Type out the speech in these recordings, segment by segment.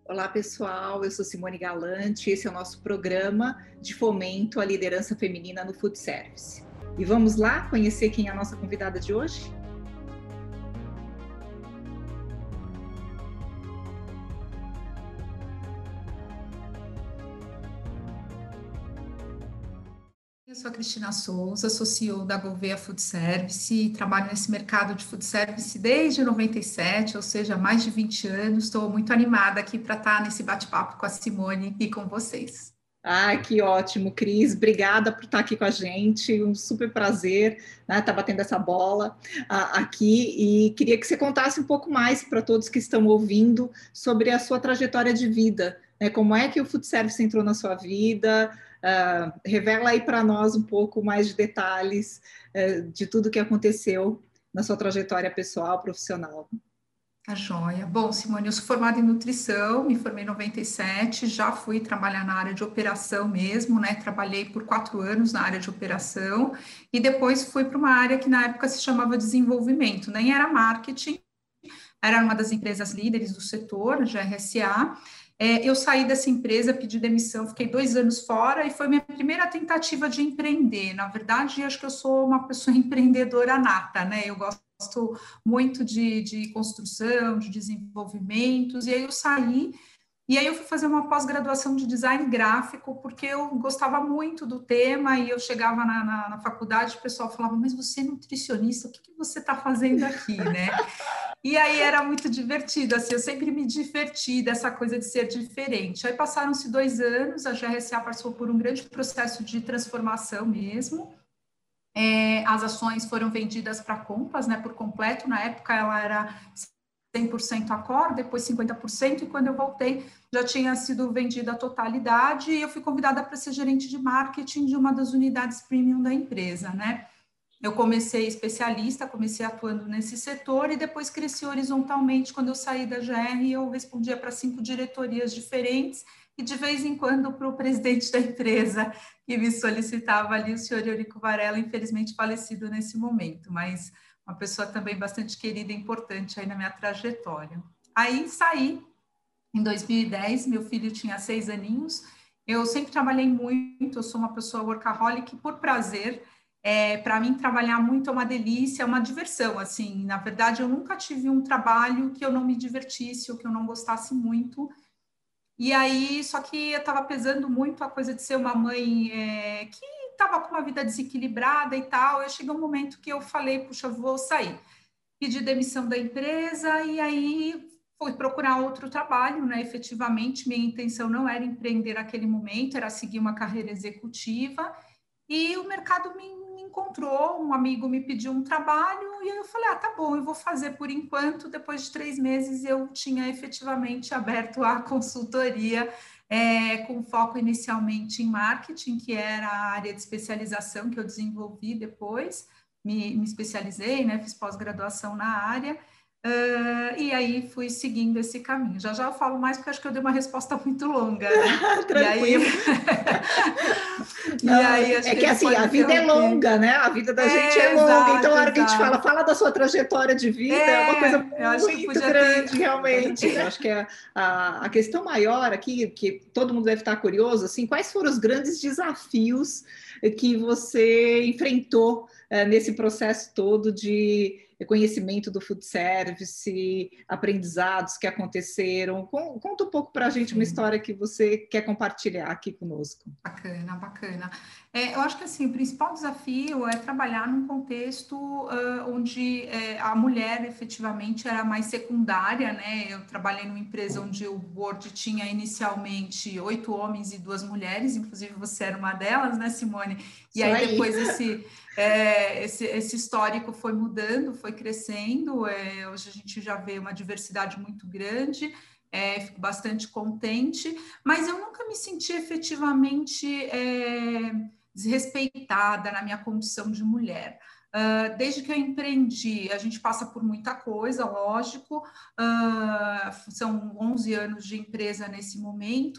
Olá, pessoal. Eu sou Simone Galante. Esse é o nosso programa de fomento à liderança feminina no Food Service. E vamos lá conhecer quem é a nossa convidada de hoje? Eu sou a Cristina Souza, sou CEO da Gouveia Food Service e trabalho nesse mercado de food service desde 97, ou seja, há mais de 20 anos. Estou muito animada aqui para estar nesse bate-papo com a Simone e com vocês. Ah, que ótimo, Cris. Obrigada por estar aqui com a gente. Um super prazer, né, estar batendo essa bola aqui. E queria que você contasse um pouco mais para todos que estão ouvindo sobre a sua trajetória de vida, né? Como é que o food service entrou na sua vida? Revela aí para nós um pouco mais de detalhes, de tudo que aconteceu na sua trajetória pessoal, profissional. Tá joia. Bom, Simone, eu sou formada em nutrição, me formei em 97, já fui trabalhar na área de operação mesmo, né? Trabalhei por 4 anos na área de operação e depois fui para uma área que na época se chamava desenvolvimento, nem era marketing, era uma das empresas líderes do setor, a GRSA. Eu saí dessa empresa, pedi demissão, fiquei 2 anos fora e foi minha primeira tentativa de empreender. Na verdade, acho que eu sou uma pessoa empreendedora nata, né? Eu gosto muito de construção, de desenvolvimentos, e aí eu saí e aí eu fui fazer uma pós-graduação de design gráfico, porque eu gostava muito do tema, e eu chegava na faculdade, o pessoal falava, mas você é nutricionista, o que você está fazendo aqui, né? E aí era muito divertido, assim, eu sempre me diverti dessa coisa de ser diferente. Aí passaram-se 2 anos, a GRSA passou por um grande processo de transformação mesmo. As ações foram vendidas para Compass, né, por completo. Na época ela era 100% a Cor, depois 50%, e quando eu voltei já tinha sido vendida a totalidade, e eu fui convidada para ser gerente de marketing de uma das unidades premium da empresa, né? Eu comecei especialista, comecei atuando nesse setor e depois cresci horizontalmente. Quando eu saí da GR, eu respondia para 5 diretorias diferentes e de vez em quando para o presidente da empresa que me solicitava ali, o senhor Eurico Varela, infelizmente falecido nesse momento, mas uma pessoa também bastante querida e importante aí na minha trajetória. Aí saí em 2010, meu filho tinha 6 aninhos, eu sempre trabalhei muito, eu sou uma pessoa workaholic por prazer. Para mim, trabalhar muito é uma delícia, é uma diversão, assim, na verdade, eu nunca tive um trabalho que eu não me divertisse ou que eu não gostasse muito, e aí, só que eu estava pesando muito a coisa de ser uma mãe que estava com uma vida desequilibrada e tal, eu cheguei um momento que eu falei, puxa, eu vou sair, pedi demissão da empresa e aí fui procurar outro trabalho, né? Efetivamente, minha intenção não era empreender naquele momento, era seguir uma carreira executiva. E o mercado me encontrou, um amigo me pediu um trabalho e aí eu falei, tá bom, eu vou fazer por enquanto. Depois de 3 meses eu tinha efetivamente aberto a consultoria, com foco inicialmente em marketing, que era a área de especialização que eu desenvolvi depois, me especializei, né, fiz pós-graduação na área, e aí fui seguindo esse caminho. Já já eu falo mais, porque acho que eu dei uma resposta muito longa, né? E aí, Tranquilo. e Não, aí acho é que a que gente assim, pode a vida é interromper. longa, né? A vida da gente é longa. Então, a Exato, hora que a gente exato. fala da sua trajetória de vida, é uma coisa Eu acho que muito podia ter. grande, realmente. Eu acho que a questão maior aqui, que todo mundo deve estar curioso, assim, quais foram os grandes desafios que você enfrentou nesse processo todo de conhecimento do food service, aprendizados que aconteceram? Conta um pouco para a gente uma Sim. história que você quer compartilhar aqui conosco. Bacana, bacana. Eu acho que assim, o principal desafio é trabalhar num contexto onde a mulher efetivamente era mais secundária, né? Eu trabalhei numa empresa onde o board tinha inicialmente 8 homens e 2 mulheres, inclusive você era uma delas, né, Simone? E Isso aí aí. depois esse histórico foi mudando, foi crescendo. Hoje a gente já vê uma diversidade muito grande, fico bastante contente, mas eu nunca me senti efetivamente desrespeitada na minha condição de mulher. Desde que eu empreendi, a gente passa por muita coisa, lógico, são 11 anos de empresa nesse momento,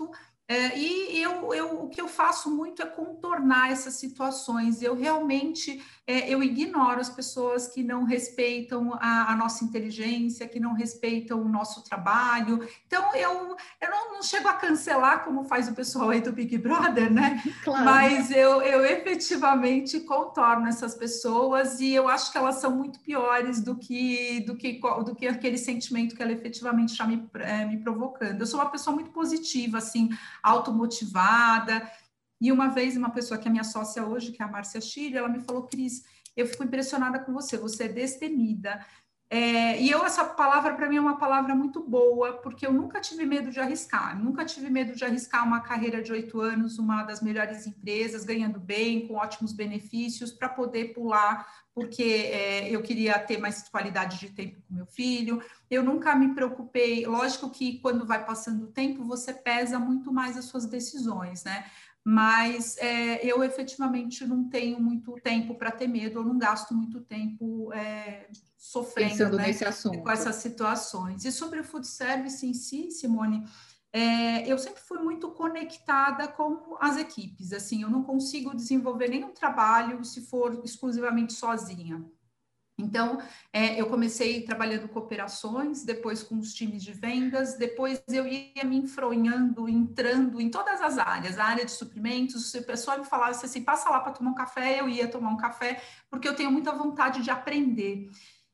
O que eu faço muito é contornar essas situações. Eu realmente eu ignoro as pessoas que não respeitam a nossa inteligência, que não respeitam o nosso trabalho. Então, eu não chego a cancelar como faz o pessoal aí do Big Brother, né? Claro. Mas eu efetivamente contorno essas pessoas e eu acho que elas são muito piores do que aquele sentimento que ela efetivamente está me provocando. Eu sou uma pessoa muito positiva, assim, automotivada. E uma vez, uma pessoa que é minha sócia hoje, que é a Márcia Chile, ela me falou, Cris, eu fico impressionada com você, você é destemida. Essa palavra para mim é uma palavra muito boa, porque eu nunca tive medo de arriscar, nunca tive medo de arriscar uma carreira de 8 anos, uma das melhores empresas, ganhando bem, com ótimos benefícios, para poder pular, porque eu queria ter mais qualidade de tempo com meu filho. Eu nunca me preocupei, lógico que quando vai passando o tempo, você pesa muito mais as suas decisões, né? Mas eu efetivamente não tenho muito tempo para ter medo, eu não gasto muito tempo sofrendo, Pensando né, nesse com assunto. essas situações. E sobre o food service em si, Simone, eu sempre fui muito conectada com as equipes, assim, eu não consigo desenvolver nenhum trabalho se for exclusivamente sozinha. Então, eu comecei trabalhando com operações, depois com os times de vendas, depois eu ia me enfronhando, entrando em todas as áreas, a área de suprimentos, se a pessoa me falasse assim, passa lá para tomar um café, eu ia tomar um café, porque eu tenho muita vontade de aprender.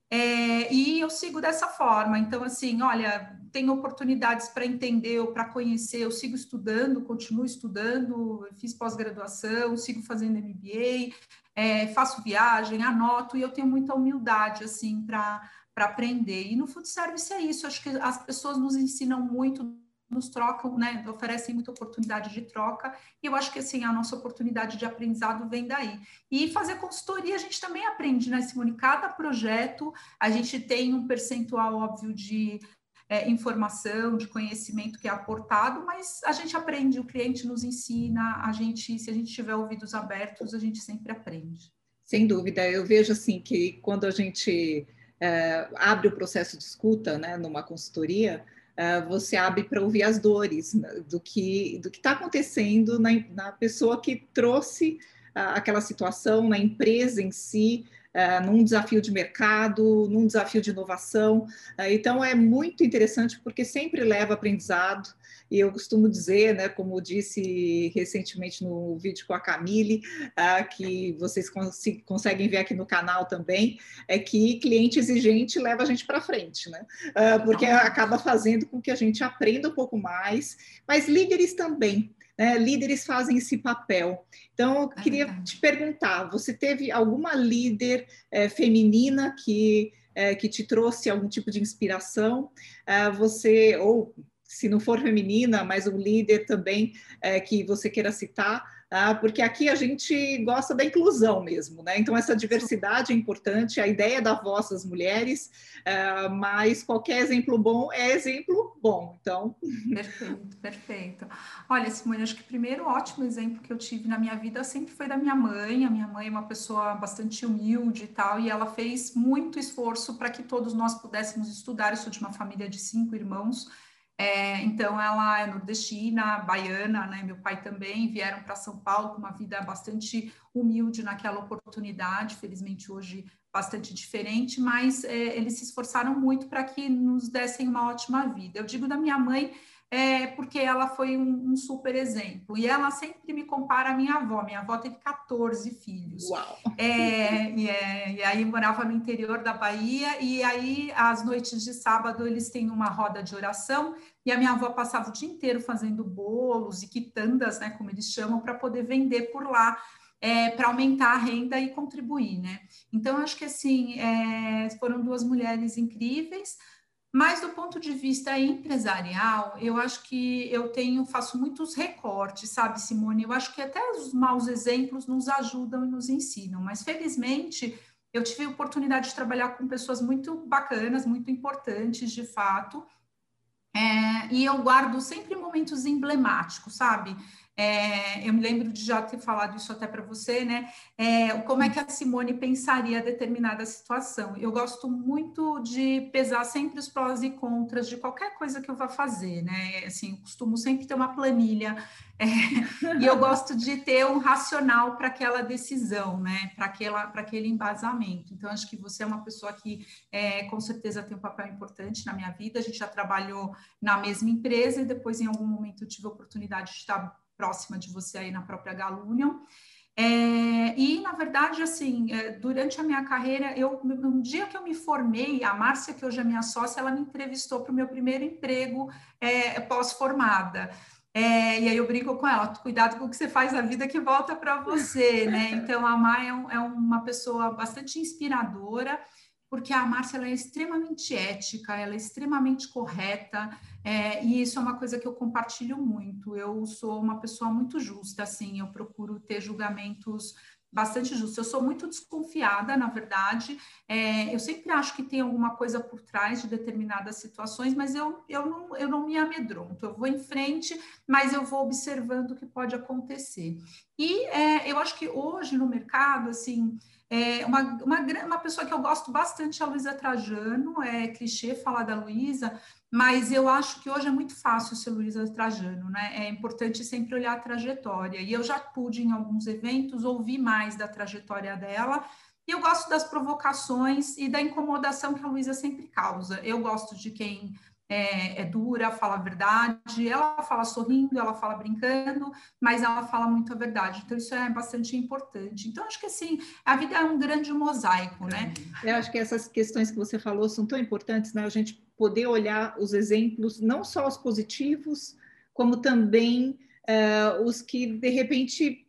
E eu sigo dessa forma. Então, assim, olha, tenho oportunidades para entender ou para conhecer, eu sigo estudando, continuo estudando, fiz pós-graduação, sigo fazendo MBA, faço viagem, anoto, e eu tenho muita humildade, assim, para aprender. E no food service é isso, acho que as pessoas nos ensinam muito, nos trocam, né, oferecem muita oportunidade de troca, e eu acho que, assim, a nossa oportunidade de aprendizado vem daí. E fazer consultoria, a gente também aprende, né, Simone? Cada projeto, a gente tem um percentual óbvio de informação, de conhecimento que é aportado, mas a gente aprende, o cliente nos ensina, se a gente tiver ouvidos abertos, a gente sempre aprende. Sem dúvida, eu vejo assim que quando a gente abre o processo de escuta, né, numa consultoria, você abre para ouvir as dores, né, do que está acontecendo na pessoa que trouxe aquela situação, na empresa em si, num desafio de mercado, num desafio de inovação. Então, é muito interessante porque sempre leva aprendizado. E eu costumo dizer, né, como disse recentemente no vídeo com a Camille, que vocês conseguem ver aqui no canal também, é que cliente exigente leva a gente para frente, né? Porque acaba fazendo com que a gente aprenda um pouco mais, mas líderes também. Né? Líderes fazem esse papel. Então, eu queria te perguntar: você teve alguma líder feminina que te trouxe algum tipo de inspiração? Ou se não for feminina, mas um líder também que você queira citar, porque aqui a gente gosta da inclusão mesmo, né? Então, essa diversidade é importante, a ideia da voz das mulheres, mas qualquer exemplo bom é exemplo bom, então... Perfeito, perfeito. Olha, Simone, acho que o primeiro ótimo exemplo que eu tive na minha vida sempre foi da minha mãe. A minha mãe é uma pessoa bastante humilde e tal, e ela fez muito esforço para que todos nós pudéssemos estudar. Eu sou de uma família de 5 irmãos, então ela é nordestina, baiana, né? Meu pai também vieram para São Paulo com uma vida bastante humilde naquela oportunidade. Felizmente hoje bastante diferente, mas eles se esforçaram muito para que nos dessem uma ótima vida. Eu digo da minha mãe porque ela foi um super exemplo. E ela sempre me compara à minha avó. Minha avó teve 14 filhos. Uau! E aí morava no interior da Bahia, e aí às noites de sábado eles têm uma roda de oração, e a minha avó passava o dia inteiro fazendo bolos e quitandas, né, como eles chamam, para poder vender por lá, para aumentar a renda e contribuir, né? Então, acho que assim, foram duas mulheres incríveis. Mas do ponto de vista empresarial, eu acho que faço muitos recortes, sabe, Simone? Eu acho que até os maus exemplos nos ajudam e nos ensinam, mas felizmente eu tive a oportunidade de trabalhar com pessoas muito bacanas, muito importantes, de fato, e eu guardo sempre momentos emblemáticos, sabe? Eu me lembro de já ter falado isso até para você, né? Como é que a Simone pensaria determinada situação? Eu gosto muito de pesar sempre os prós e contras de qualquer coisa que eu vá fazer, né? Assim, eu costumo sempre ter uma planilha, e eu gosto de ter um racional para aquela decisão, né? Para aquele embasamento. Então, acho que você é uma pessoa que com certeza tem um papel importante na minha vida. A gente já trabalhou na mesma empresa e depois, em algum momento, eu tive a oportunidade de estar próxima de você aí na própria Galunion. E, na verdade, assim, durante a minha carreira, um dia que eu me formei, a Márcia, que hoje é minha sócia, ela me entrevistou para o meu primeiro emprego pós-formada. E aí eu brinco com ela, cuidado com o que você faz na vida que volta para você, né? Então, a Má é uma pessoa bastante inspiradora, porque a Márcia ela é extremamente ética, ela é extremamente correta, e isso é uma coisa que eu compartilho muito. Eu sou uma pessoa muito justa, assim, eu procuro ter julgamentos bastante justos. Eu sou muito desconfiada, na verdade, eu sempre acho que tem alguma coisa por trás de determinadas situações, mas eu não me amedronto, eu vou em frente, mas eu vou observando o que pode acontecer. E eu acho que hoje no mercado, assim, uma pessoa que eu gosto bastante é a Luísa Trajano, é clichê falar da Luísa, mas eu acho que hoje é muito fácil ser Luísa Trajano, né? É importante sempre olhar a trajetória. E eu já pude, em alguns eventos, ouvir mais da trajetória dela. E eu gosto das provocações e da incomodação que a Luísa sempre causa. Eu gosto de quem é dura, fala a verdade, ela fala sorrindo, ela fala brincando, mas ela fala muito a verdade. Então, isso é bastante importante. Então, acho que assim, a vida é um grande mosaico, né? Eu acho que essas questões que você falou são tão importantes, né? A gente poder olhar os exemplos, não só os positivos, como também os que, de repente,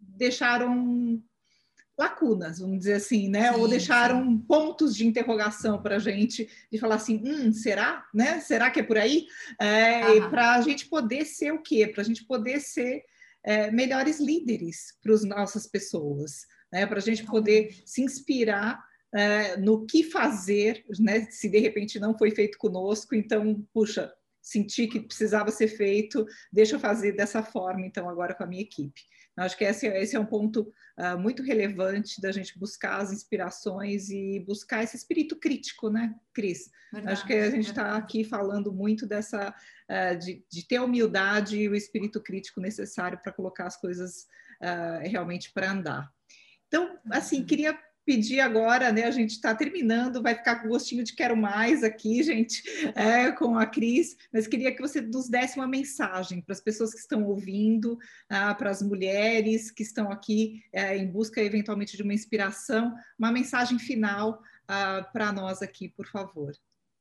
deixaram lacunas, vamos dizer assim, né? Ou Sim, deixaram sim. pontos de interrogação para a gente, de falar assim, será? Né? Será que é por aí? Para a gente poder ser o quê? Para a gente poder ser melhores líderes para as nossas pessoas, né? Para a gente poder se inspirar no que fazer, né? Se de repente não foi feito conosco, então, puxa, senti que precisava ser feito, deixa eu fazer dessa forma, então, agora com a minha equipe. Eu acho que esse é um ponto muito relevante da gente buscar as inspirações e buscar esse espírito crítico, né, Cris? Verdade, Acho que a gente está aqui falando muito dessa de ter a humildade e o espírito crítico necessário para colocar as coisas realmente para andar. Então, assim, queria pedir agora, né? A gente está terminando, vai ficar com gostinho de quero mais aqui, gente, com a Cris, mas queria que você nos desse uma mensagem para as pessoas que estão ouvindo, para as mulheres que estão aqui em busca, eventualmente, de uma inspiração, uma mensagem final para nós aqui, por favor.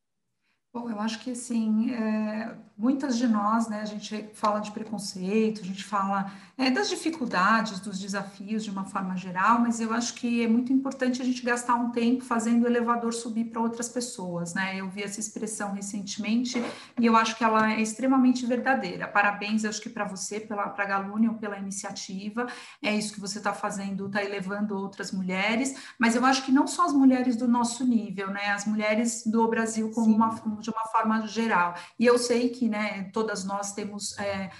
Bom, eu acho que assim, muitas de nós, né, a gente fala de preconceito, a gente fala das dificuldades, dos desafios de uma forma geral, mas eu acho que é muito importante a gente gastar um tempo fazendo o elevador subir para outras pessoas, né? Eu vi essa expressão recentemente e eu acho que ela é extremamente verdadeira. Parabéns, eu acho que para você, para a Galunion, pela iniciativa, é isso que você está fazendo, está elevando outras mulheres, mas eu acho que não só as mulheres do nosso nível, né? As mulheres do Brasil como de uma forma geral. E eu sei que, né, todas nós temos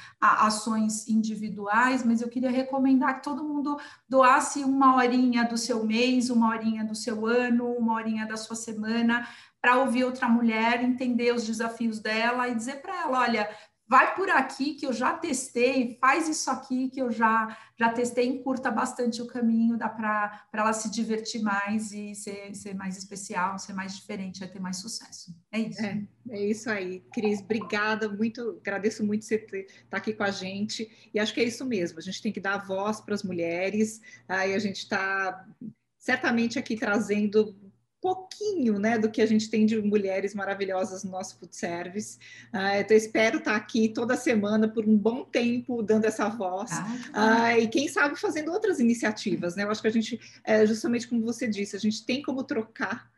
ações individuais, mas eu queria recomendar que todo mundo doasse uma horinha do seu mês, uma horinha do seu ano, uma horinha da sua semana, para ouvir outra mulher, entender os desafios dela e dizer para ela, olha, vai por aqui que eu já testei, faz isso aqui que eu já testei, encurta bastante o caminho, dá para ela se divertir mais e ser mais especial, ser mais diferente, vai ter mais sucesso. É isso. É isso aí, Cris, obrigada, muito, agradeço muito você estar aqui com a gente, e acho que é isso mesmo, a gente tem que dar voz para as mulheres, e a gente está certamente aqui trazendo pouquinho, né, do que a gente tem de mulheres maravilhosas no nosso food service. Então, espero estar aqui toda semana por um bom tempo dando essa voz e quem sabe fazendo outras iniciativas, né? Eu acho que a gente, justamente como você disse, a gente tem como trocar.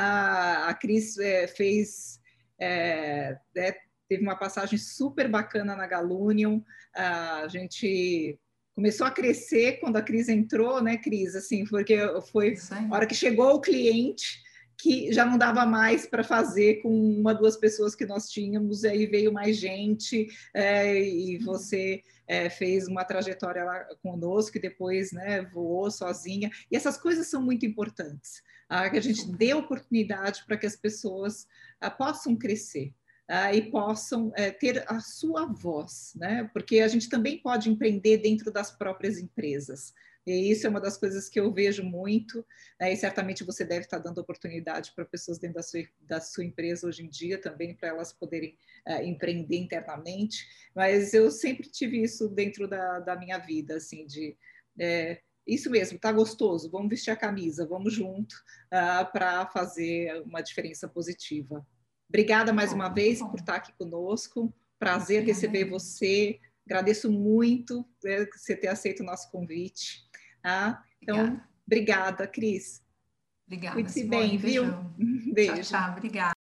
A Cris fez, teve uma passagem super bacana na Galunion. A gente começou a crescer quando a Cris entrou, né, Cris? Assim, porque foi a hora que chegou o cliente que já não dava mais para fazer com uma, duas pessoas que nós tínhamos, e aí veio mais gente, e você fez uma trajetória lá conosco, e depois, né, voou sozinha, e essas coisas são muito importantes, que a gente dê oportunidade para que as pessoas possam crescer. E possam ter a sua voz, né? Porque a gente também pode empreender dentro das próprias empresas. E isso é uma das coisas que eu vejo muito, né? E certamente você deve estar dando oportunidade para pessoas dentro da sua empresa hoje em dia também, para elas poderem empreender internamente. Mas eu sempre tive isso dentro da minha vida, assim, isso mesmo, tá gostoso, vamos vestir a camisa, vamos junto para fazer uma diferença positiva. Obrigada mais uma vez por estar aqui conosco. Prazer receber você. Agradeço muito você ter aceito o nosso convite. Então, obrigada, Cris. Obrigada, Cuide-se Simone. bem, viu? Beijão. Beijo. Tchau, tchau. Obrigada.